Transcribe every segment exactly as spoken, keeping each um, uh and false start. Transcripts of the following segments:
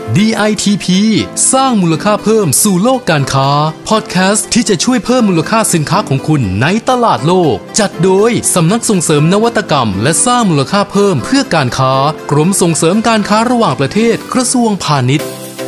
ดี ไอ ที พี สร้างมูลค่าเพิ่มสู่โลกการค้าพอดแคสต์ที่จะช่วยเพิ่มมูลค่าสินค้าของคุณในตลาดโลกจัดโดยสำนักส่งเสริมนวัตกรรมและสร้างมูลค่าเพิ่มเพื่อการค้ากรมส่งเสริมการค้าระหว่างประเทศกระทรวงพาณิชย์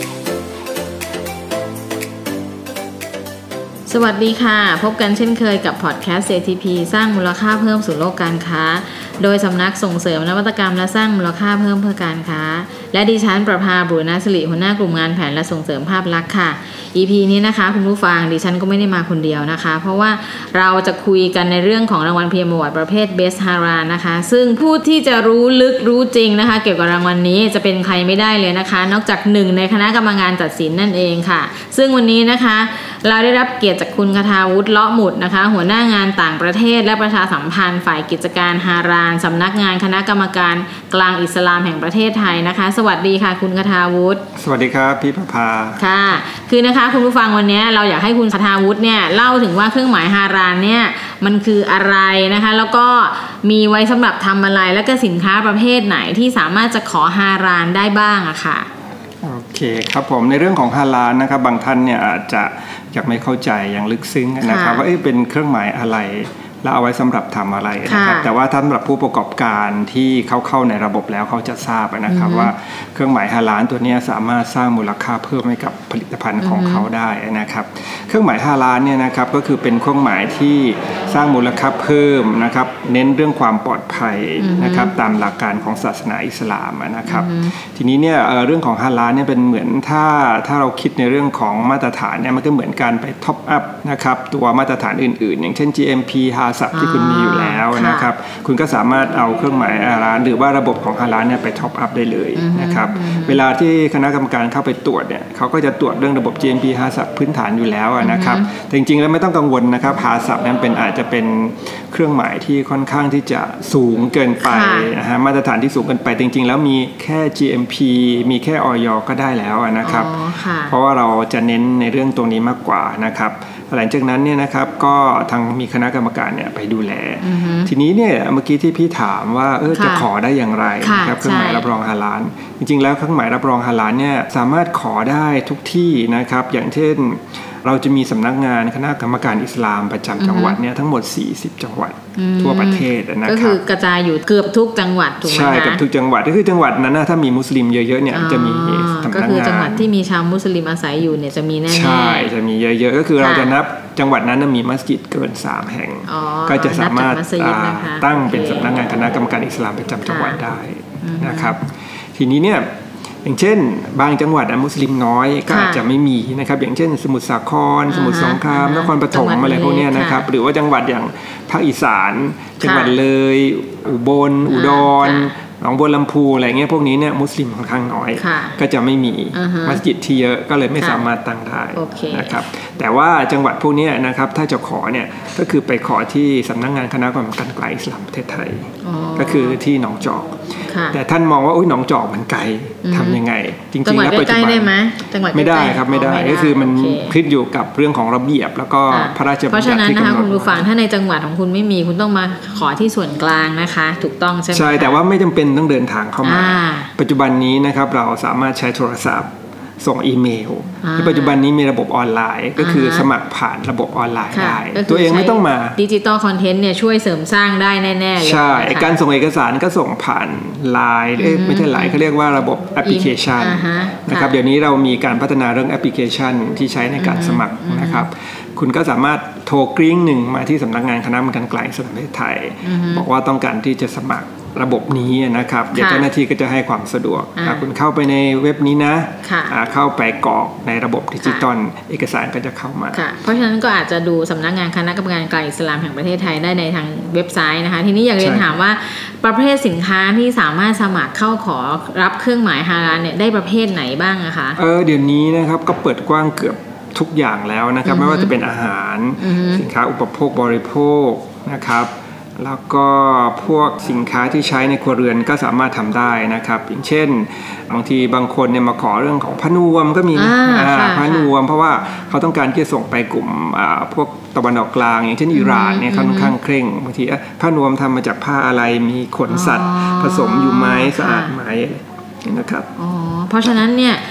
สวัสดีค่ะพบกันเช่นเคยกับพอดแคสต์ เอ ที พี สร้างมูลค่าเพิ่มสู่โลกการค้าโดยสำนักส่งเสริมนวัตกรรมและสร้างมูลค่าเพิ่มเพื่อการค้าและดิฉันประภา บุรณสิริหัวหน้ากลุ่มงานแผนและส่งเสริมภาพลักษณ์ค่ะ อี พี นี้นะคะคุณผู้ฟังดิฉันก็ไม่ได้มาคนเดียวนะคะเพราะว่าเราจะคุยกันในเรื่องของรางวัล พี เอ็ม Award ประเภท Best Halal นะคะซึ่งผู้ที่จะรู้ลึกรู้จริงนะคะเกี่ยวกับรางวัลนี้จะเป็นใครไม่ได้เลยนะคะนอกจากหนึ่งในคณะกรรมการตัดสินนั่นเองค่ะซึ่งวันนี้นะคะเราได้รับเกียรติจากคุณคทาวุฒิเลาะหมุดนะคะหัวหน้างานต่างประเทศและประชาสัมพันธ์ฝ่ายกิจการฮารานสำนักงานคณะกรรมการกลางอิสลามแห่งประเทศไทยนะคะสวัสดีค่ะคุณคทาวุฒิสวัสดีครับพี่ประภาค่ะคือนะคะคุณผู้ฟังวันนี้เราอยากให้คุณคทาวุฒิเนี่ยเล่าถึงว่าเครื่องหมายฮารานเนี่ยมันคืออะไรนะคะแล้วก็มีไว้สำหรับทำอะไรและก็สินค้าประเภทไหนที่สามารถจะขอฮารานได้บ้างอะค่ะโอเคครับผมในเรื่องของฮาลาลนะครับบางท่านเนี่ยอาจจะยังไม่เข้าใจอย่างลึกซึ้งนะครับว่าเอ๊ะเป็นเครื่องหมายอะไรแล้วเอาไว้สำหรับทำอะไรนะครับแต่ว่าสำหรับผู้ประกอบการที่เข้าเข้าในระบบแล้วเขาจะทราบนะครับว่าเครื่องหมายฮาลาลตัวนี้สามารถสร้างมูลค่าเพิ่มให้กับผลิตภัณฑ์ของเขาได้นะครับเครื่องหมายฮาลาลเนี่ยนะครับก็คือเป็นเครื่องหมายที่สร้างมูลค่าเพิ่มนะครับเน้นเรื่องความปลอดภัยนะครับตามหลักการของศาสนาอิสลามนะครับทีนี้เนี่ยเรื่องของฮาลาลเนี่ยเป็นเหมือนถ้าถ้าเราคิดในเรื่องของมาตรฐานเนี่ยมันก็เหมือนการไปท็อปอัพนะครับตัวมาตรฐานอื่นๆอย่างเช่น จี เอ็ม พี ฮาซับที่คุณมีอยู่แล้วนะครับคุณก็สามารถเอาเครื่องหมายฮาลาลหรือว่าระบบของฮาลาลเนี่ยไปท็อปอัพได้เลยนะครับเวลาที่คณะกรรมการเข้าไปตรวจเนี่ยเขาก็จะตรวจเรื่องระบบ จี เอ็ม พี ฮาซับพื้นฐานอยู่แล้วนะครับแต่จริงๆแล้วไม่ต้องกังวลนะครับฮาซับนั้นเป็นอาจจะเป็นเครื่องหมายที่ค่อนข้างที่จะสูงเกินไปนะฮะมาตรฐานที่สูงเกินไปจริงๆแล้วมีแค่ จี เอ็ม พี มีแค่ อย.ก็ได้แล้วนะครับเพราะว่าเราจะเน้นในเรื่องตรงนี้มากกว่านะครับหลังจากนั้นเนี่ยนะครับก็ทางมีคณะกรรมการเนี่ยไปดูแลทีนี้เนี่ยเมื่อกี้ที่พี่ถามว่าเออจะขอได้อย่างไรนะครับเครื่องหมายรับรองฮาลาลจริงๆแล้วเครื่องหมายรับรองฮาลาลเนี่ยสามารถขอได้ทุกที่นะครับอย่างเช่นเราจะมีสำนักงานคณะกรรมการอิสลามประจำจังหวัดเนี่ยทั้งหมดสี่สิบจังหวัดทั่วประเทศนะครับก็คือกระจายอยู่เกือบทุกจังหวัดถูกไหมคะใช่เกือบทุกจังหวัดก็คือจังหวัดนั้นนะถ้ามีมุสลิมเยอะๆเนี่ยจะมีสำนักงานก็คือจังหวัดที่มีชาวมุสลิมอาศัยอยู่เนี่ยจะมีแน่ๆใช่จะมีเยอะๆก็คือเราจะนับจังหวัดนั้นมีมัสยิดเกินสามแห่งก็จะสามารถตั้งเป็นสำนักงานคณะกรรมการอิสลามประจำจังหวัดได้นะครับทีนี้เนี่ยอย่างเช่นบางจังหวัดมุสลิมน้อยก็อาจจะไม่มีนะครับอย่างเช่นสมุทรสาครสมุทรสงครามนครปฐมอะไรพวกนี้นะครับหรือว่าจังหวัดอย่างภาคอีสานจังหวัดเลยอุบลอุดรหนองบัวลำพูอะไรเงี้ยพวกนี้เนี่ยมุสลิมค่อนข้างน้อยก็จะไม่มีมัสยิดที่เยอะก็เลยไม่สามารถตั้งได้นะครับแต่ว่าจังหวัดพวกนี้นะครับถ้าจะขอเนี่ยก็คือไปขอที่สำนักงานคณะกรรมการกลางอิสลามประเทศไทยก็คือที่หนองจอกแต่ท่านมองว่าหนองจอกมันไกลทำยังไงจริงๆแล้วปัจจุบันไม่ได้ครับไม่ได้ก็คือมันขึ้นอยู่กับเรื่องของระเบียบแล้วก็พระราชบัญญัติที่กำหนดเพราะฉะนั้นนะคะคุณผู้ฟังถ้าในจังหวัดของคุณไม่มีคุณต้องมาขอที่ส่วนกลางนะคะถูกต้องใช่ไหมใช่แต่ว่าไม่จำเป็นต้องเดินทางเข้ามาปัจจุบันนี้นะครับเราสามารถใช้โทรศัพท์ส่งอีเมลในปัจจุบันนี้มีระบบออนไลน์ก็คือสมัครผ่านระบบออนไลน์ได้ตัวเองไม่ต้องมาดิจิตอลคอนเทนต์เนี่ยช่วยเสริมสร้างได้แน่ๆเลยใช่การส่งเอกสารก็ส่งผ่านไลน์ไม่ใช่ไลน์เขาเรียกว่าระบบแอปพลิเคชันนะครับเดี๋ยวนี้เรามีการพัฒนาเรื่องแอปพลิเคชันที่ใช้ในการสมัครนะครับคุณก็สามารถโทรกริ้งหนึ่งมาที่สำนักงานคณะกรรมการกลางอิสลามประเทศไทยบอกว่าต้องการที่จะสมัครระบบนี้นะครับเดี๋ยวเจ้าหน้าที่ก็จะให้ความสะดวกคุณเข้าไปในเว็บนี้นะเข้าไปกรอกในระบบดิจิตอลเอกสารก็จะเข้ามาเพราะฉะนั้นก็อาจจะดูสำนักงานคณะกรรมการกลางอิสลามแห่งประเทศไทยได้ในทางเว็บไซต์นะคะทีนี้อยากเรียนถามว่าประเภทสินค้าที่สามารถสมัครเข้าขอรับเครื่องหมายฮาลาลเนี่ยได้ประเภทไหนบ้างอะคะเออเดี๋ยวนี้นะครับก็เปิดกว้างเกือบทุกอย่างแล้วนะครับไม่ว่าจะเป็นอาหารสินค้าอุปโภคบริโภคนะครับแล้วก็พวกสินค้าที่ใช้ในครัวเรือนก็สามารถทำได้นะครับอย่างเช่นบางทีบางคนเนี่ยมาขอเรื่องของผ้านวมก็มีผ้านวมเพราะว่าเขาต้องการที่จะส่งไปกลุ่มพวกตะวันออกกลางอย่างเช่นอิหร่านเนี่ยค่อนข้างเคร่งบางทีผ้านวมทำมาจากผ้าอะไรมีขนสัตว์ผสมอยู่ไหมสะอาดไหมนะครับอ๋อเพราะฉะนั้นเนี่ย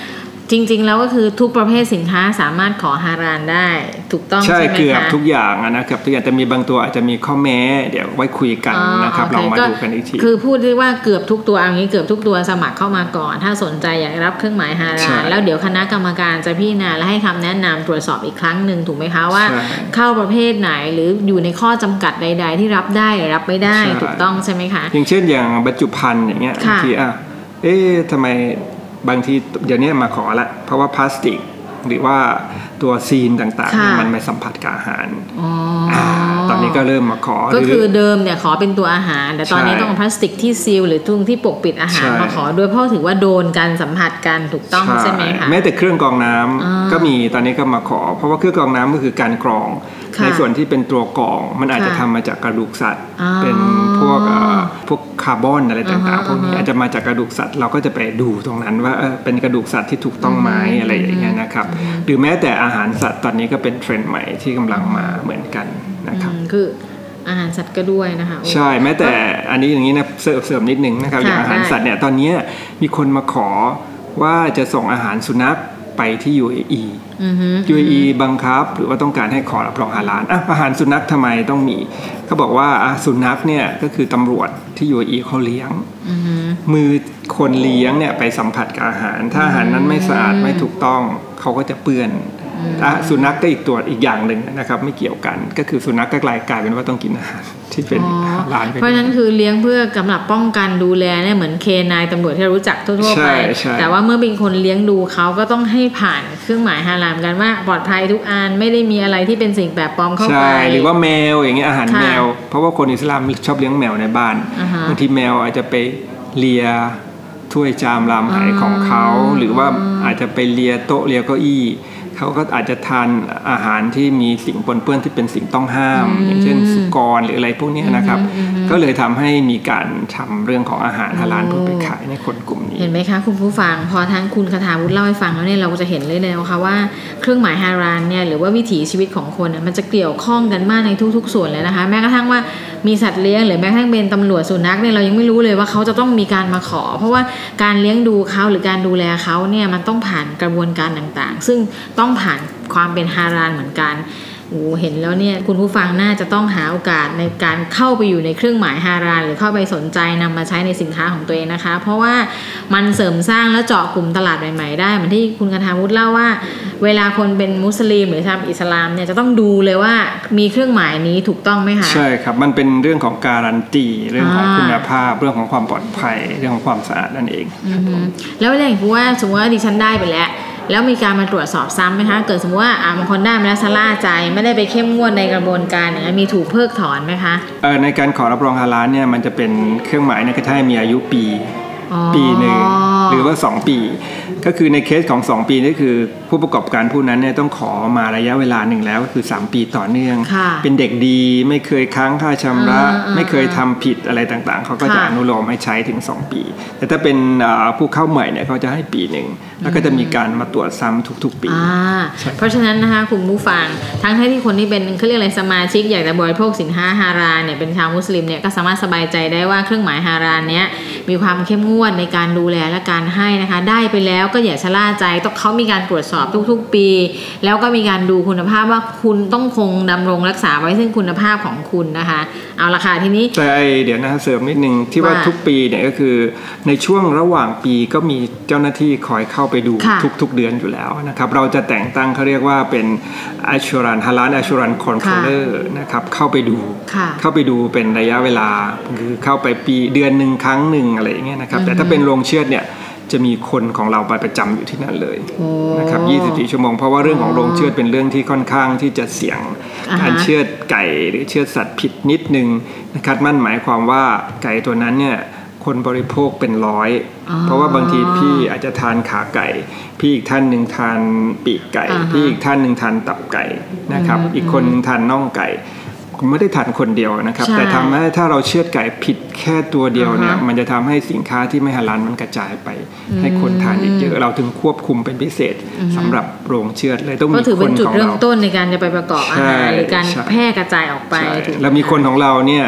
จริงๆแล้วก็คือทุกประเภทสินค้าสามารถขอฮาราลได้ถูกต้องใช่ไหมคะใช่เกือบทุกอย่างนะเกือบทุกอย่างแต่มีบางตัวอาจจะมีข้อแม้เดี๋ยวไว้คุยกันนะครับเรามาดูกันอีกทีคือพูดได้ว่าเกือบทุกตัวอย่างนี้เกือบทุกตัวสมัครเข้ามาก่อนถ้าสนใจอยากรับเครื่องหมายฮาราลแล้วเดี๋ยวคณะกรรมการจะพิจารณาและให้คำแนะนำตรวจสอบอีกครั้งหนึ่งถูกไหมคะว่าเข้าประเภทไหนหรืออยู่ในข้อจำกัดใดๆที่รับได้หรือรับไม่ได้ถูกต้องใช่ไหมคะอย่างเช่นอย่างบรรจุภัณฑ์อย่างเงี้ยบางทีอ่ะเอ๊ะทำไมบางทีเดี๋ยวนี้มาขอละเพราะว่าพลาสติกหรือว่าตัวซีนต่างๆมันไม่สัมผัสกับอาหารตอนนี้ก็เริ่มมาขอก็คือเดิมเนี่ยขอเป็นตัวอาหารแต่ตอนนี้ต้องเอาพลาสติกที่ซีลหรือทุ่งที่ปกปิดอาหารมาขอด้วยเพราะถือว่าโดนการสัมผัสกันถูกต้องใช่ไหมคะแม้แต่เครื่องกรองน้ำก็มีตอนนี้ก็มาขอเพราะว่าเครื่องกรองน้ำก็คือการกรองในส่วนที่เป็นตัวกรองมันอาจจะทำมาจากกระดูกสัตว์เป็นพวกพวกคาร์บอนอะไรต่างๆพวกนี้อาจจะมาจากกระดูกสัตว์เราก็จะไปดูตรงนั้นว่าเป็นกระดูกสัตว์ที่ถูกต้องไหมอะไรอย่างเงี้ยนะครับหรือแม้แต่อาหารสัตว์ตอนนี้ก็เป็นเทรนด์ใหม่ที่กำลังมาเหมือนกันนะครับคืออาหารสัตว์ก็ด้วยนะคะใช่แม้แต่อันนี้อย่างนี้นะเสริมเสริมนิดนึงนะครับอย่างอาหารสัตว์เนี่ยตอนนี้มีคนมาขอว่าจะส่งอาหารสุนัขไปที่ ยู เอ อี ยู เอ อี บังคับหรือว่าต้องการให้ขอรับรองฮาลาลอ่ะอาหารสุนัขทำไมต้องมีเขาบอกว่าสุนัขเนี่ยก็คือตำรวจที่ ยู เอ อี เขาเลี้ยงมือคนเลี้ยงเนี่ยไปสัมผัสกับอาหารถ้าอาหารนั้นไม่สะอาดไม่ถูกต้องเขาก็จะเปื้อนสุนัขก็อีกตัวอีกอย่างหนึ่งนะครับไม่เกี่ยวกันก็คือสุนัขก็กลายกลายเป็นว่าต้องกินอาหารที่เป็นร้านเพราะฉะนั้นคือเลี้ยงเพื่อกำลับป้องกันดูแลเนี่ยเหมือนเคนายตำรวจที่เรารู้จักทั่วๆไปแต่ว่าเมื่อเป็นคนเลี้ยงดูเขาก็ต้องให้ผ่านเครื่องหมายฮาลาลกันว่าปลอดภัยทุกอันไม่ได้มีอะไรที่เป็นสิ่งแปลกปลอมเข้าไปหรือว่าแมวอย่างเงี้ยอาหารแมวเพราะว่าคนอิสลามชอบเลี้ยงแมวในบ้านบางทีแมวอาจจะไปเลียถ้วยจามรามไหของเขาหรือว่าอาจจะไปเลียโต๊ะเลียเก้าอี้เขาก็อาจจะทานอาหารที่มีสิ่งปนเปื้อนที่เป็นสิ่งต้องห้ามอย่างเช่นสุกรหรืออะไรพวกนี้นะครับก็เลยทำให้มีการทำเรื่องของอาหารฮาลาลเพื่อไปขายในคนกลุ่มนี้เห็นไหมคะคุณผู้ฟังพอทั้งคุณคทาวุฒิเล่าให้ฟังแล้วเนี่ยเราจะเห็นเลยนะคะว่าเครื่องหมายฮาลาลเนี่ยหรือว่าวิถีชีวิตของคนมันจะเกี่ยวข้องกันมากในทุกๆส่วนเลยนะคะแม้กระทั่งว่ามีสัตว์เลี้ยงหรือแม้กระทั่งเป็นตำรวจสุนัขเนี่ยเรายังไม่รู้เลยว่าเขาจะต้องมีการมาขอเพราะว่าการเลี้ยงดูเขาหรือการดูแลเขาเนี่ยมันต้องผ่านกระบวนการต่างๆซึ่งต้องผ่านความเป็นฮาลาลเหมือนกันโอ้เห็นแล้วเนี่ยคุณผู้ฟังน่าจะต้องหาโอกาสในการเข้าไปอยู่ในเครื่องหมายฮาลาลหรือเข้าไปสนใจนำมาใช้ในสินค้าของตัวเองนะคะเพราะว่ามันเสริมสร้างและเจาะกลุ่มตลาดใหม่ๆได้เหมือนที่คุณคทาวุฒิเล่าว่าเวลาคนเป็นมุสลิมหรือทำอิสลามเนี่ยจะต้องดูเลยว่ามีเครื่องหมายนี้ถูกต้องไหมคะใช่ครับมันเป็นเรื่องของการันตีเรื่องของคุณภาพเรื่องของความปลอดภัยเรื่องของความสะอาดนั่นเองแล้วอย่างที่ว่าสมมติว่าดิฉันได้ไปแล้วแล้วมีการมาตรวจสอบซ้ำไหมคะเกิดสมมติว่าบางคนได้มาแล้วชะล่าใจไม่ได้ไปเข้มงวดในกระบวนการอย่างนี้มีถูกเพิกถอนไหมคะเออในการขอรับรองฮาลาลเนี่ยมันจะเป็นเครื่องหมายในกระทั่งมีอายุปีปีหนึ่งหรือว่าสองปีก็คือในเคสของสองปีนี่คือผู้ประกอบการผู้นั้นเนี่ยต้องขอมาระยะเวลาหนึ่งแล้วก็คือสามปีต่อเนื่องเป็นเด็กดีไม่เคยค้างค่าชำระไม่เคยทำผิดอะไรต่างๆเขาก็จะอนุโลมให้ใช้ถึงสองปีแต่ถ้าเป็นผู้เข้าใหม่เนี่ยเขาจะให้ปีหนึ่งแล้วก็จะมีการมาตรวจซ้ำทุกๆปีเพราะฉะนั้นนะคะคุณผู้ฟังทั้งที่คนที่เป็นเขาเรียกอะไรสมาชิกอยากจะบริโภคสินค้าฮาลาลเนี่ยเป็นชาวมุสลิมเนี่ยก็สามารถสบายใจได้ว่าเครื่องหมายฮาลาลเนี้ยมีความเข้มงวดในการดูแลและการให้นะคะได้ไปแล้วก็อย่าชะล่าใจต้องเขามีการตรวจสอบทุกๆปีแล้วก็มีการดูคุณภาพว่าคุณต้องคงดำรงรักษาไว้ซึ่งคุณภาพของคุณนะคะเอาละค่ะทีนี้แต่เดี๋ยวนะเสริมนิดนึงที่ว่าทุกปีเนี่ยก็คือในช่วงระหว่างปีก็มีเจ้าหน้าที่คอยเข้าไปดูทุกๆเดือนอยู่แล้วนะครับเราจะแต่งตั้งเขาเรียกว่าเป็น Assurance Halal Assurance Controller นะครับเข้าไปดูเข้าไปดูเป็นระยะเวลาคือเข้าไปปีเดือนนึงครั้งนึงอะไรอย่างเงี้ยนะครับแต่ถ้าเป็นโรงเชือดเนี่ยจะมีคนของเราไปประจำอยู่ที่นั่นเลยนะครับยี่สิบสี่ชั่วโมงเพราะว่าเรื่องของโรงเชือดเป็นเรื่องที่ค่อนข้างที่จะเสี่ยงการเชือดไก่หรือเชือดสัตว์ผิดนิดนึงนะครับนั่นหมายความว่าไก่ตัวนั้นเนี่ยคนบริโภคเป็นร้อยเพราะว่าบางทีพี่อาจจะทานขาไก่พี่อีกท่านหนึ่งทานปีกไก่พี่อีกท่านหนึ่งทานตับไก่นะครับอีกคนทานน่องไก่ไม่ได้ทานคนเดียวนะครับแต่ทำให้ถ้าเราเชือดไก่ผิดแค่ตัวเดียวเนี่ยมันจะทำให้สินค้าที่ไม่ฮาลาลมันกระจายไปให้คนทานอีกเยอะเราถึงควบคุมเป็นพิเศษสำหรับโรงเชือดเลยต้องมีคนของเราก็ถือเป็นจุดเริ่มต้นในการจะไปประกอบอาหารหรือการแพร่กระจายออกไปแล้วมีคนของเราเนี่ย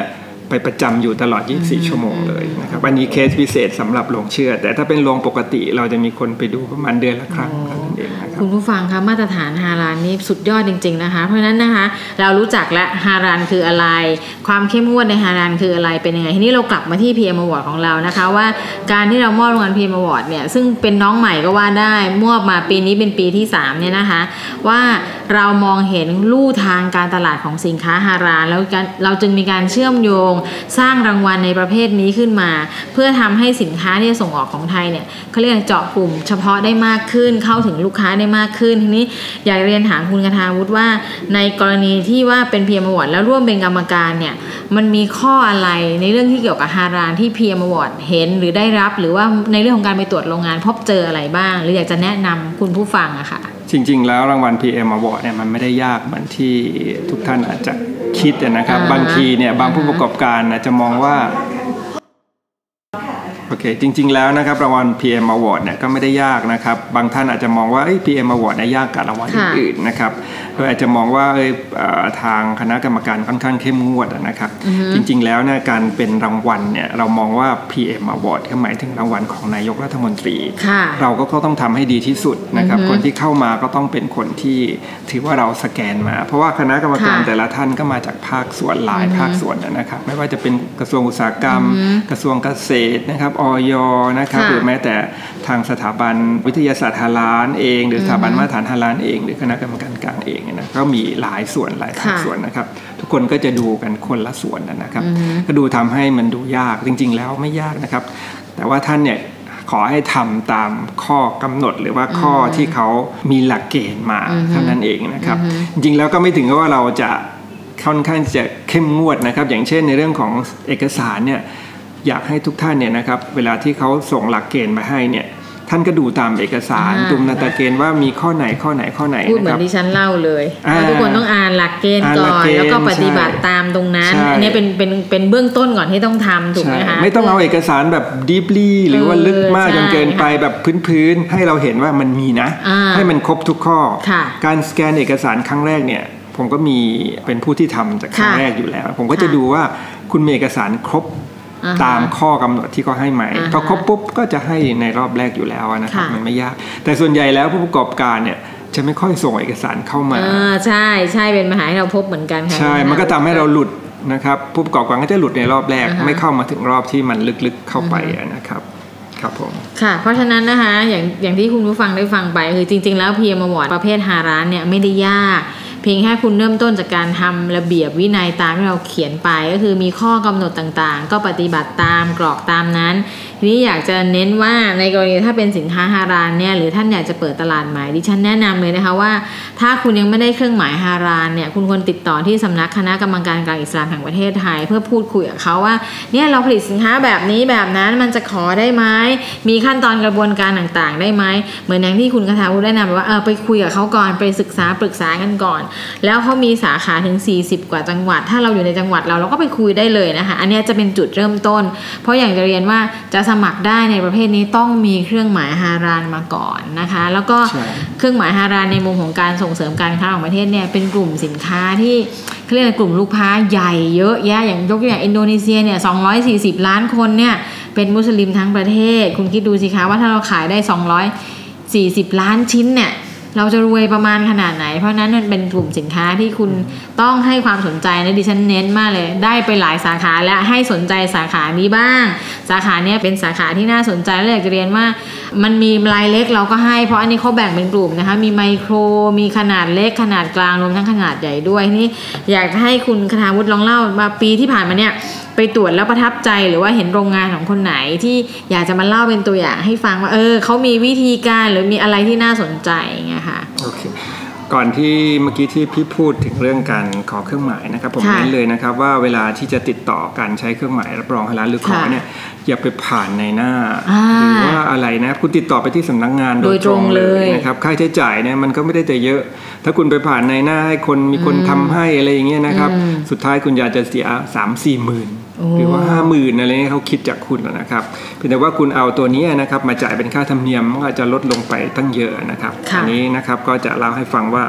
ไปประจำอยู่ตลอดยี่สิบสี่ชั่วโมงเลยนะครับอันนี้เคสพิเศษสำหรับโรงเชือดแต่ถ้าเป็นโรงปกติเราจะมีคนไปดูประมาณเดือนละครั้งนั่นเองนะครับคุณผู้ฟังคะมาตรฐานฮาลาลนี่สุดยอดจริงๆนะคะเพราะฉะนั้นนะคะเรารู้จักและฮาลาลคืออะไรความเข้มงวดในฮาลาลคืออะไรเป็นยังไงทีนี้เรากลับมาที่ พี เอ็ม Award ของเรานะคะว่าการที่เรามอบรางวัล พี เอ็ม Award เนี่ยซึ่งเป็นน้องใหม่ก็ว่าได้มอบมาปีนี้เป็นปีที่สามเนี่ยนะคะว่าเรามองเห็นลู่ทางการตลาดของสินค้าฮาลาลแล้วเราจึงมีการเชื่อมโยงสร้างรางวัลในประเภทนี้ขึ้นมาเพื่อทำให้สินค้าที่ส่งออกของไทยเนี่ยเขาเรียกเจาะกลุ่มเฉพาะได้มากขึ้นเข้าถึงลูกค้าได้มากขึ้นทีนี้อยากเรียนถามคุณคทาวุฒิว่าในกรณีที่ว่าเป็น พี เอ็ม Award แล้วร่วมเป็นกรรมการเนี่ยมันมีข้ออะไรในเรื่องที่เกี่ยวกับฮาลาลที่ พี เอ็ม Award เห็นหรือได้รับหรือว่าในเรื่องของการไปตรวจโรงงานพบเจออะไรบ้างหรืออยากจะแนะนำคุณผู้ฟังอะค่ะจริงๆแล้วรางวัล พี เอ็ม Award เนี่ยมันไม่ได้ยากเหมือนที่ทุกท่านอาจจะคิดนะครับบางทีเนี่ยบางผู้ประกอบการอาจจะมองว่าโอเคจริงๆแล้วนะครับรางวัล พี เอ็ม Award เนี่ยก็ไม่ได้ยากนะครับบางท่านอาจจะมองว่าเอ้ย พี เอ็ม Award เนี่ยยากกว่ารางวัลอื่นๆนะครับโดยอาจจะมองว่าเอ้ยทางคณะกรรมการค่อนข้างเข้มงวดนะครับจริงๆแล้วเนี่ยการเป็นรางวัลเนี่ยเรามองว่า พี เอ็ม Award ก็หมายถึงรางวัลของนายกรัฐมนตรีเราก็ต้องทำให้ดีที่สุดนะครับคนที่เข้ามาก็ต้องเป็นคนที่ถือว่าเราสแกนมาเพราะว่าคณะกรรมการแต่ละท่านก็มาจากภาคส่วนหลายภาคส่วนนะครับไม่ว่าจะเป็นกระทรวงอุตสาหกรรมกระทรวงเกษตรนะครับอย.นะครับหรือแม้แต่ทางสถาบันวิทยาศาสตร์ฮาลาลเองหรือสถาบันมาตรฐานฮาลาลเองหรือคณะกรรมการกลางเองนะก็มีหลายส่วนหลายภาคส่วนนะครับทุกคนก็จะดูกันคนละส่วนนะครับก็ดูทำให้มันดูยากจริงๆแล้วไม่ยากนะครับแต่ว่าท่านเนี่ยขอให้ทำตามข้อกำหนดหรือว่าข้อที่เขามีหลักเกณฑ์มาเท่านั้นเองนะครับจริงๆแล้วก็ไม่ถึงกับว่าเราจะค่อนข้างจะเข้มงวดนะครับอย่างเช่นในเรื่องของเอกสารเนี่ยอยากให้ทุกท่านเนี่ยนะครับเวลาที่เขาส่งหลักเกณฑ์มาให้เนี่ยท่านก็ดูตามเอกสารดูนาฏเกณฑ์ว่ามีข้อไหนข้อไหนข้อไหนพูดเหมือนที่ฉันเล่าเลยทุกคนต้องอ่านหลักเกณฑ์ก่อนแล้วก็ปฏิบัติตามตรงนั้นอันนี้เป็นเป็นเป็นเบื้องต้นก่อนที่ต้องทำถูกไหมคะไม่ต้องเอาเอกสารแบบ deeply หรือว่าลึกมากจนเกินไปแบบพื้นๆให้เราเห็นว่ามันมีนะให้มันครบทุกข้อการสแกนเอกสารครั้งแรกเนี่ยผมก็มีเป็นผู้ที่ทำจากครั้งแรกอยู่แล้วผมก็จะดูว่าคุณมีเอกสารครบตามข้อกำหนดที่เขาให้ไหมพอครบปุ๊บก็จะให้ในรอบแรกอยู่แล้วนะครับมันไม่ยากแต่ส่วนใหญ่แล้วผู้ประกอบการเนี่ยจะไม่ค่อยส่งเอกสารเข้ามาใช่ใช่เป็นปัญหาที่เราพบเหมือนกันใช่มันก็ทำให้เราหลุดนะครับผู้ประกอบการก็จะหลุดในรอบแรกไม่เข้ามาถึงรอบที่มันลึกๆเข้าไปนะครับครับผมค่ะเพราะฉะนั้นนะคะอย่างอย่างที่คุณผู้ฟังได้ฟังไปคือจริงๆแล้ว พี เอ็ม Award ประเภทฮาลาลเนี่ยไม่ได้ยากเพียงแค่คุณเริ่มต้นจากการทำระเบียบวินัยตามที่เราเขียนไปก็คือมีข้อกำหนดต่างๆก็ปฏิบัติตามกรอกตามนั้นทีนี้อยากจะเน้นว่าในกรณีถ้าเป็นสินค้าฮาลาลเนี่ยหรือท่านอยากจะเปิดตลาดใหม่ดิฉันแนะนำเลยนะคะว่าถ้าคุณยังไม่ได้เครื่องหมายฮาลาลเนี่ยคุณควรติดต่อที่สำนักคณะกรรมการกลางอิสลามแห่งประเทศไทยเพื่อพูดคุยกับเขาว่าเนี่ยเราผลิตสินค้าแบบนี้แบบนั้นมันจะขอได้ไหมมีขั้นตอนกระบวนการต่างๆได้ไหมเหมือนอย่างที่คุณคทาวุฒิได้นำว่าเออไปคุยกับเขาก่อนไปศึกษาปรึกษากันก่อนแล้วเขามีสาขาถึงสี่สิบกว่าจังหวัดถ้าเราอยู่ในจังหวัดเราเราก็ไปคุยได้เลยนะคะอันนี้จะเป็นจุดเริ่มต้นเพราะอย่างจะเรียนว่าจะสมัครได้ในประเภทนี้ต้องมีเครื่องหมายฮาลาลมาก่อนนะคะแล้วก็เครื่องหมายฮาลาลในมุมของการส่งเสริมการค้าของประเทศเนี่ยเป็นกลุ่มสินค้าที่เขาเรียกกลุ่มลูกค้าใหญ่เยอะแยะอย่างยกตัวอย่างอินโดนีเซียเนี่ยสองร้อยสี่สิบล้านคนเนี่ยเป็นมุสลิมทั้งประเทศคุณคิดดูสิคะว่าถ้าเราขายได้สองร้อยสี่สิบล้านชิ้นเนี่ยเราจะรวยประมาณขนาดไหนเพราะนั้นมันเป็นกลุ่มสินค้าที่คุณต้องให้ความสนใจนะดิฉันเน้นมากเลยได้ไปหลายสาขาและให้สนใจสาขานี้บ้างสาขาเนี้ยเป็นสาขาที่น่าสนใจและอยากจะเรียนว่ามันมีรายเล็กเราก็ให้เพราะอันนี้เขาแบ่งเป็นกลุ่มนะคะมีไมโครมีขนาดเล็กขนาดกลางรวมทั้งขนาดใหญ่ด้วยนี่อยากให้คุณคทาวุฒิลองเล่ามาปีที่ผ่านมาเนี่ยไปตรวจแล้วประทับใจหรือว่าเห็นโรงงานของคนไหนที่อยากจะมาเล่าเป็นตัวอย่างให้ฟังว่าเออเขามีวิธีการหรือมีอะไรที่น่าสนใจไงค่ะโอเคก่อนที่เมื่อกี้ที่พี่พูดถึงเรื่องการขอเครื่องหมายนะครับผมเน้นเลยนะครับว่าเวลาที่จะติดต่อการใช้เครื่องหมายรับรองฮาลาลหรือขอเนี่ยอย่าไปผ่านในหน้าหรือว่าอะไรนะคุณติดต่อไปที่สำนักงานโดยตรงเลยนะครับค่าใช้จ่ายเนี่ยมันก็ไม่ได้แต่เยอะถ้าคุณไปผ่านในหน้าให้คนมีคนทำให้อะไรอย่างเงี้ยนะครับสุดท้ายคุณอยากจะเสีย สามสี่ หมื่นหรือว่า ห้าหมื่น อะไรเงี้ยเขาคิดจากคุณแล้วนะครับเพียงแต่ว่าคุณเอาตัวนี้นะครับมาจ่ายเป็นค่าธรรมเนียมมันก็จะลดลงไปตั้งเยอะนะครับอันนี้นะครับก็จะเล่าให้ฟังว่า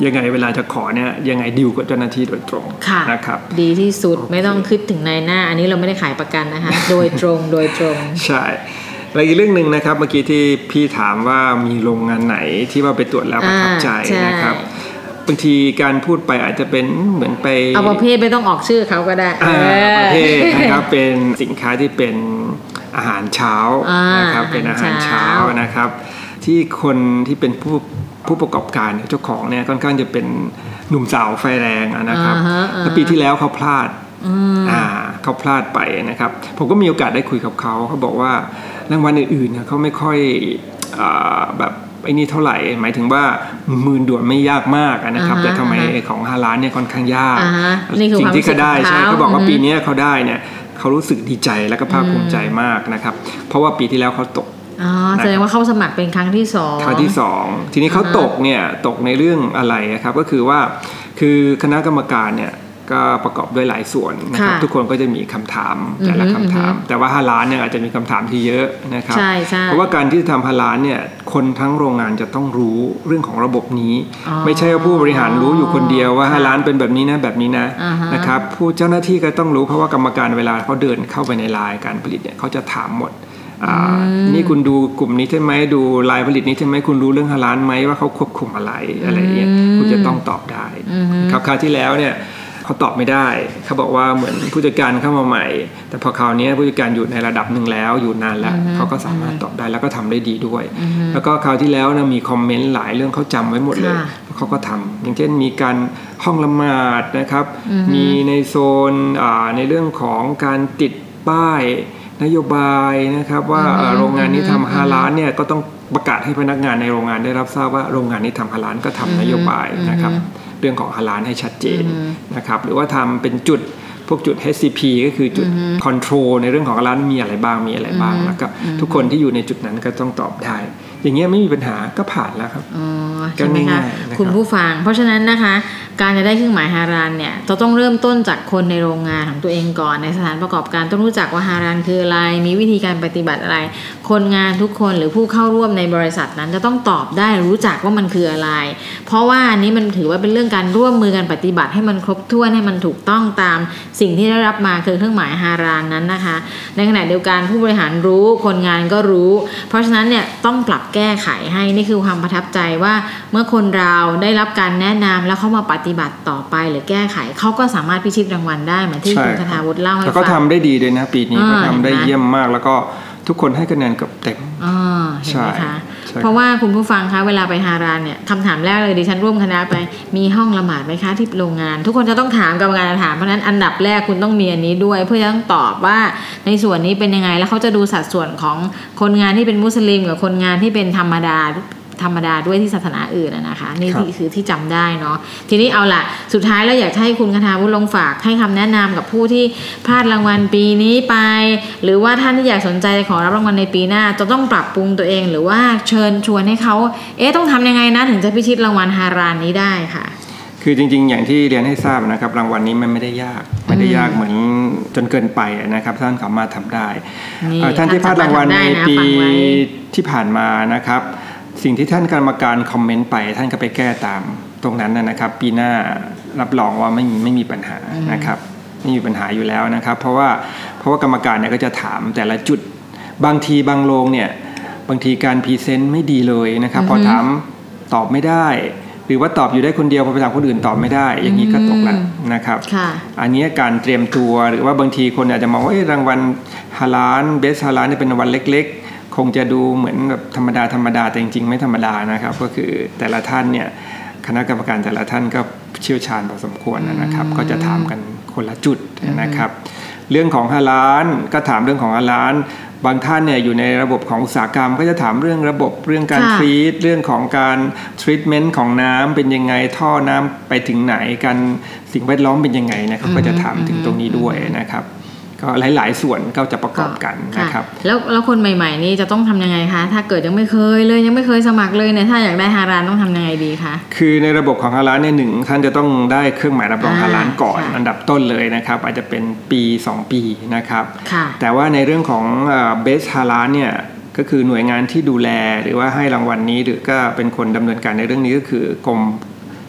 ยังไงเวลาจะขอเนี่ยยังไงดีลกับเจ้าหน้าที่โดยตรงนะครับดีที่สุดไม่ต้องคิดถึงนายหน้าอันนี้เราไม่ได้ขายประกันนะคะ โดยตรงโดยตรงใช่แล้วอีกเรื่องนึงนะครับเมื่อกี้ที่พี่ถามว่ามีโรงงานไหนที่ว่าไปตรวจแล้วประทับใจนะครับบางทีการพูดไปอาจจะเป็นเหมือนไปเอาประเภทไม่ต้องออกชื่อเขาก็ได้ประเภทนะครับเป็นสินค้าที่เป็นอาหารเช้านะครับเป็นอาหารเช้านะครับที่คนที่เป็นผู้ผู้ประกอบการเจ้าของเนี่ยค่อนข้างจะเป็นหนุ่มสาวไฟแรงนะครับแล้วปีที่แล้วเขาพลาดอ่าเขาพลาดไปนะครับผมก็มีโอกาสได้คุยกับเขาเขาบอกว่ารางวัลอื่นๆเขาไม่ค่อยอ่าแบบไอ้นี่เท่าไหร่หมายถึงว่าหมื่นด่วนไม่ยากมากนะครับแต่ทำไมของฮาลาลเนี่ยค่อนข้างยากสิ่งที่เขาได้ใช่เขาบอกว่าปีนี้เขาได้เนี่ยเขารู้สึกดีใจและก็ภาคภูมิใจมากนะครับเพราะว่าปีที่แล้วเขาตกอ๋อแสดงว่าเขาสมัครเป็นครั้งที่สองครั้งที่สองทีนี้เขาตกเนี่ยตกในเรื่องอะไรครับก็คือว่าคือคณะกรรมการเนี่ยก็ประกอบด้วยหลายส่วนนะครับทุกคนก็จะมีคำถามแต่ละคำถามแต่ว่าฮาลาลเนี่ยอาจจะมีคำถามที่เยอะนะครับเพราะว่าการที่ทำฮาลาลเนี่ยคนทั้งโรงงานจะต้องรู้เรื่องของระบบนี้ไม่ใช่ว่าผู้บริหารรู้อยู่คนเดียวว่าฮาลาลเป็นแบบนี้นะแบบนี้นะนะครับผู้เจ้าหน้าที่ก็ต้องรู้เพราะว่ากรรมการเวลาเขาเดินเข้าไปในลายการผลิตเนี่ยเขาจะถามหมดนี่คุณดูกลุ่มนี้ใช่ไหมดูลายผลิตนี้ใช่ไหมคุณรู้เรื่องฮาลาลไหมว่าเขาควบคุมอะไรอะไรเงี้ยคุณจะต้องตอบได้ครับคราวที่แล้วเนี่ยเขาตอบไม่ได้เขาบอกว่าเหมือนผู้จัดการเข้ามาใหม่แต่พอคราวนี้ผู้จัดการอยู่ในระดับหนึ่งแล้วอยู่นานแล้วเขาก็สามารถตอบได้แล้วก็ทำได้ดีด้วยแล้วก็คราวที่แล้วนะมีคอมเมนต์หลายเรื่องเขาจำไว้หมดเลยเขาก็ทำอย่างเช่นมีการห้องละหมาดนะครับมีในโซนในเรื่องของการติดป้ายนโยบายนะครับว่าโรงงานนี้ทำฮาลาลเนี่ยก็ต้องประกาศให้พนักงานในโรงงานได้รับทราบว่าโรงงานนี้ทำฮาลาลก็ทำนโยบายนะครับเรื่องของฮาลาลให้ชัดเจนนะครับหรือว่าทำเป็นจุดพวกจุด เอช ซี พี ก็คือจุดคอนโทรลในเรื่องของฮาลาลมีอะไรบ้างมีอะไรบ้างแล้วก็ทุกคนที่อยู่ในจุดนั้นก็ต้องตอบได้อย่างเงี้ยไม่มีปัญหาก็ผ่านแล้วครับอ๋อใช่ไหมคะคุณผู้ฟังเพราะฉะนั้นนะคะการจะได้เครื่องหมายฮาลาลเนี่ยจะต้องเริ่มต้นจากคนในโรงงานของตัวเองก่อนในสถานประกอบการต้องรู้จักว่าฮาลาลคืออะไรมีวิธีการปฏิบัติอะไรคนงานทุกคนหรือผู้เข้าร่วมในบริษัทนั้นจะต้องตอบได้รู้จักว่ามันคืออะไรเพราะว่าอันนี้มันถือว่าเป็นเรื่องการร่วมมือกันปฏิบัติให้มันครบถ้วนให้มันถูกต้องตามสิ่งที่ได้รับมาคือเครื่องหมายฮาลาลนั้นนะคะในขณะเดียวกันผู้บริหารรู้คนงานก็รู้เพราะฉะนั้นเนี่ยต้องปรับแก้ไขให้นี่คือความประทับใจว่าเมื่อคนเราได้รับการแนะนำแล้วเขามาปฏิบัติต่อไปหรือแก้ไขเขาก็สามารถพิชิตรางวัลได้เหมือนที่คุณคทาวุฒิเล่าให้ฟังแล้วก็ทำได้ดีด้วยนะปีนี้ก็ทำได้เยี่ยมมากแล้วก็ทุกคนให้คะแนนเกือบเต็มอ๋อเห็นไหมคะเพราะว่าคุณผู้ฟังคะเวลาไปฮาลาลเนี่ยคำถามแรกเลยดิฉันร่วมคณะไปมีห้องละหมาดไหมคะที่โรงงานทุกคนจะต้องถามกรรมการถามเพราะฉะนั้นอันดับแรกคุณต้องมีอันนี้ด้วยเพื่อจะต้องตอบว่าในส่วนนี้เป็นยังไงแล้วเขาจะดูสัดส่วนของคนงานที่เป็นมุสลิมกับคนงานที่เป็นธรรมดาธรรมดาด้วยที่ศาสนาอื่นนะคะนี่คือที่จำได้เนาะทีนี้เอาล่ะสุดท้ายแล้วอยากให้คุณคทาวุฒิลงฝากให้คำแนะนำกับผู้ที่พลาดรางวัลปีนี้ไปหรือว่าท่านที่อยากสนใจขอรับรางวัลในปีหน้าจะต้องปรับปรุงตัวเองหรือว่าเชิญชวนให้เขาเอ๊ะต้องทำยังไงนะถึงจะพิชิตรางวัลฮาลาลนี้ได้ค่ะคือจริงๆอย่างที่เรียนให้ทราบนะครับรางวัลนี้มันไม่ได้ยากไม่ได้ยากเหมือนจนเกินไปนะครับท่านสามารถทำได้ท่านที่พลาดรางวัลในปีที่ผ่านมานะครับสิ่งที่ท่านกรรมการคอมเมนต์ไปท่านก็ไปแก้ตามตรงนั้นนะครับปีหน้ารับรองว่าไม่มีไม่มีปัญหานะครับไม่มีปัญหาอยู่แล้วนะครับเพราะว่าเพราะว่ากรรมการเนี่ยก็จะถามแต่ละจุดบางทีบางโรงเนี่ยบางทีการพรีเซนต์ไม่ดีเลยนะครับพอถามตอบไม่ได้หรือว่าตอบอยู่ได้คนเดียวพอไปถามคนอื่นตอบไม่ได้อย่างนี้ก็ตกแล้วนะครับอันนี้การเตรียมตัวหรือว่าบางทีคนอาจจะมองว่ารางวัลฮาลาลเบสฮาลาลเนี่ยเป็นรางวัลเล็กๆคงจะดูเหมือนแบบธรรมดาธรรมดาแต่จริงๆไม่ธรรมดานะครับก็คือแต่ละท่านเนี่ยคณะกรรมการแต่ละท่านก็เชี่ยวชาญพอสมควรนะครับก็จะถามกันคนละจุดนะครับเรื่องของฮาลาลก็ถามเรื่องของฮาลาลบางท่านเนี่ยอยู่ในระบบของอุตสาหกรรมก็จะถามเรื่องระบบเรื่องการทรีตเรื่องของการทรีตเมนต์ของน้ำเป็นยังไงท่อน้ำไปถึงไหนการสิ่งแวดล้อมเป็นยังไงนะครับก็จะถามถึงตรงนี้ด้วยนะครับก็หลายๆส่วนก็จะประกอบกันนะครับแล้วแล้วคนใหม่ๆนี่จะต้องทำยังไงคะถ้าเกิดยังไม่เคยเลยยังไม่เคยสมัครเลยเนี่ยถ้าอยากได้ฮาลาลต้องทำยังไงดีคะคือในระบบของฮาลาลเนี่ยหนึ่งท่านจะต้องได้เครื่องหมายรับรองฮาลาลก่อนอันดับต้นเลยนะครับอาจจะเป็นปีสองปีนะครับแต่ว่าในเรื่องของเบสฮาลาลเนี่ยก็คือหน่วยงานที่ดูแลหรือว่าให้รางวัลนี้หรือก็เป็นคนดำเนินการในเรื่องนี้ก็คือกรม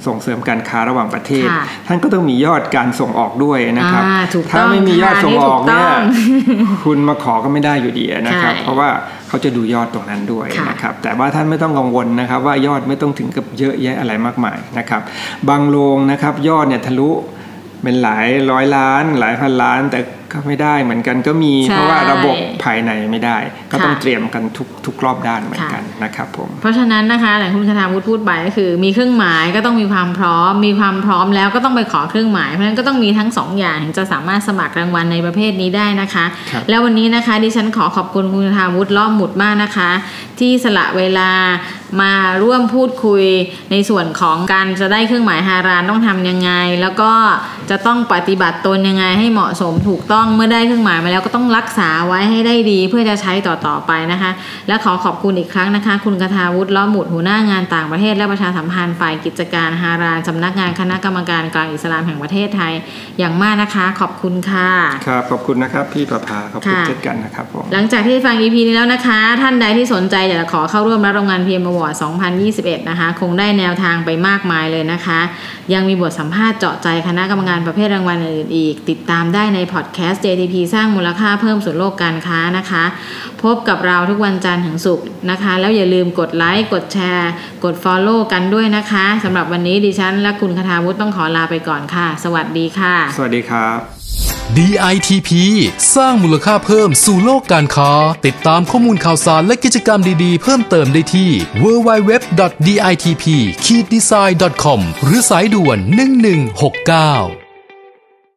ส่งเสริมการค้าระหว่างประเทศท่านก็ต้องมียอดการส่งออกด้วยนะครับถ้าไม่มียอดส่งออกเนี่ยคุณมาขอก็ไม่ได้อยู่ดีนะครับเพราะว่าเขาจะดูยอดตรงนั้นด้วยนะครับแต่ว่าท่านไม่ต้องกังวลนะครับว่ายอดไม่ต้องถึงกับเยอะแยะอะไรมากมายนะครับบางโรงนะครับยอดเนี่ยทะลุเป็นหลายร้อยล้านหลายพันล้านแต่ก็ไม่ได้เหมือนกันก็มีเพราะว่าระบบภายในไม่ได้ก็ต้องเตรียมกันทุกทุกรอบด้านเหมือนกันนะครับผมเพราะฉะนั้นนะคะอย่างคุณคทาวุฒิพูดไปก็คือมีเครื่องหมายก็ต้องมีความพร้อมมีความพร้อมแล้วก็ต้องไปขอเครื่องหมายเพราะฉะนั้นก็ต้องมีทั้งสองอย่างถึงจะสามารถสมัครรางวัลในประเภทนี้ได้นะคะแล้ววันนี้นะคะดิฉันขอขอบคุณคุณคทาวุฒิล้อมหมุดมากนะคะที่สละเวลามาร่วมพูดคุยในส่วนของการจะได้เครื่องหมายฮาลาลต้องทำยังไงแล้วก็จะต้องปฏิบัติตนยังไงให้เหมาะสมถูกต้องเมื่อได้เครื่องหมายมาแล้วก็ต้องรักษาไว้ให้ได้ดีเพื่อจะใช้ต่อๆไปนะคะและขอขอบคุณอีกครั้งนะคะคุณคทาวุฒิล้อมหมุดหัวหน้างานต่างประเทศและประชาสัมพันธ์ฝ่ายกิจการฮาลาลสำนักงานคณะกรรมการกลางอิสลามแห่งประเทศไทยอย่างมากนะคะขอบคุณค่ะครับขอบคุณนะครับพี่ประภาขอบคุณเช่นกันนะครับผมหลังจากที่ฟัง อี พี นี้แล้วนะคะท่านใดที่สนใจอยากจะขอเข้าร่วมรับรางวัล พี เอ็ม Award สองพันยี่สิบเอ็ดนะคะคงได้แนวทางไปมากมายเลยนะคะยังมีบทสัมภาษณ์เจาะใจคณะกรรมการประเภทรางวัลอื่นๆอีกติดตามได้ในพอดแคสต์ เจ ที พี สร้างมูลค่าเพิ่มสู่โลกการค้านะคะพบกับเราทุกวันจันทร์ถึงศุกร์นะคะแล้วอย่าลืมกดไลค์กดแชร์กด Follow กันด้วยนะคะสำหรับวันนี้ดิฉันและคุณคทาวุฒิต้องขอลาไปก่อนค่ะสวัสดีค่ะสวัสดีครับดี ไอ ที พี สร้างมูลค่าเพิ่มสู่โลกการค้าติดตามข้อมูลข่าวสารและกิจกรรมดีๆเพิ่มเติมได้ที่ ดับเบิลยู ดับเบิลยู ดับเบิลยู ดอท ดี ไอ ที พี ดีไซน์ ดอท คอม หรือสายด่วนหนึ่งหนึ่งหกเก้า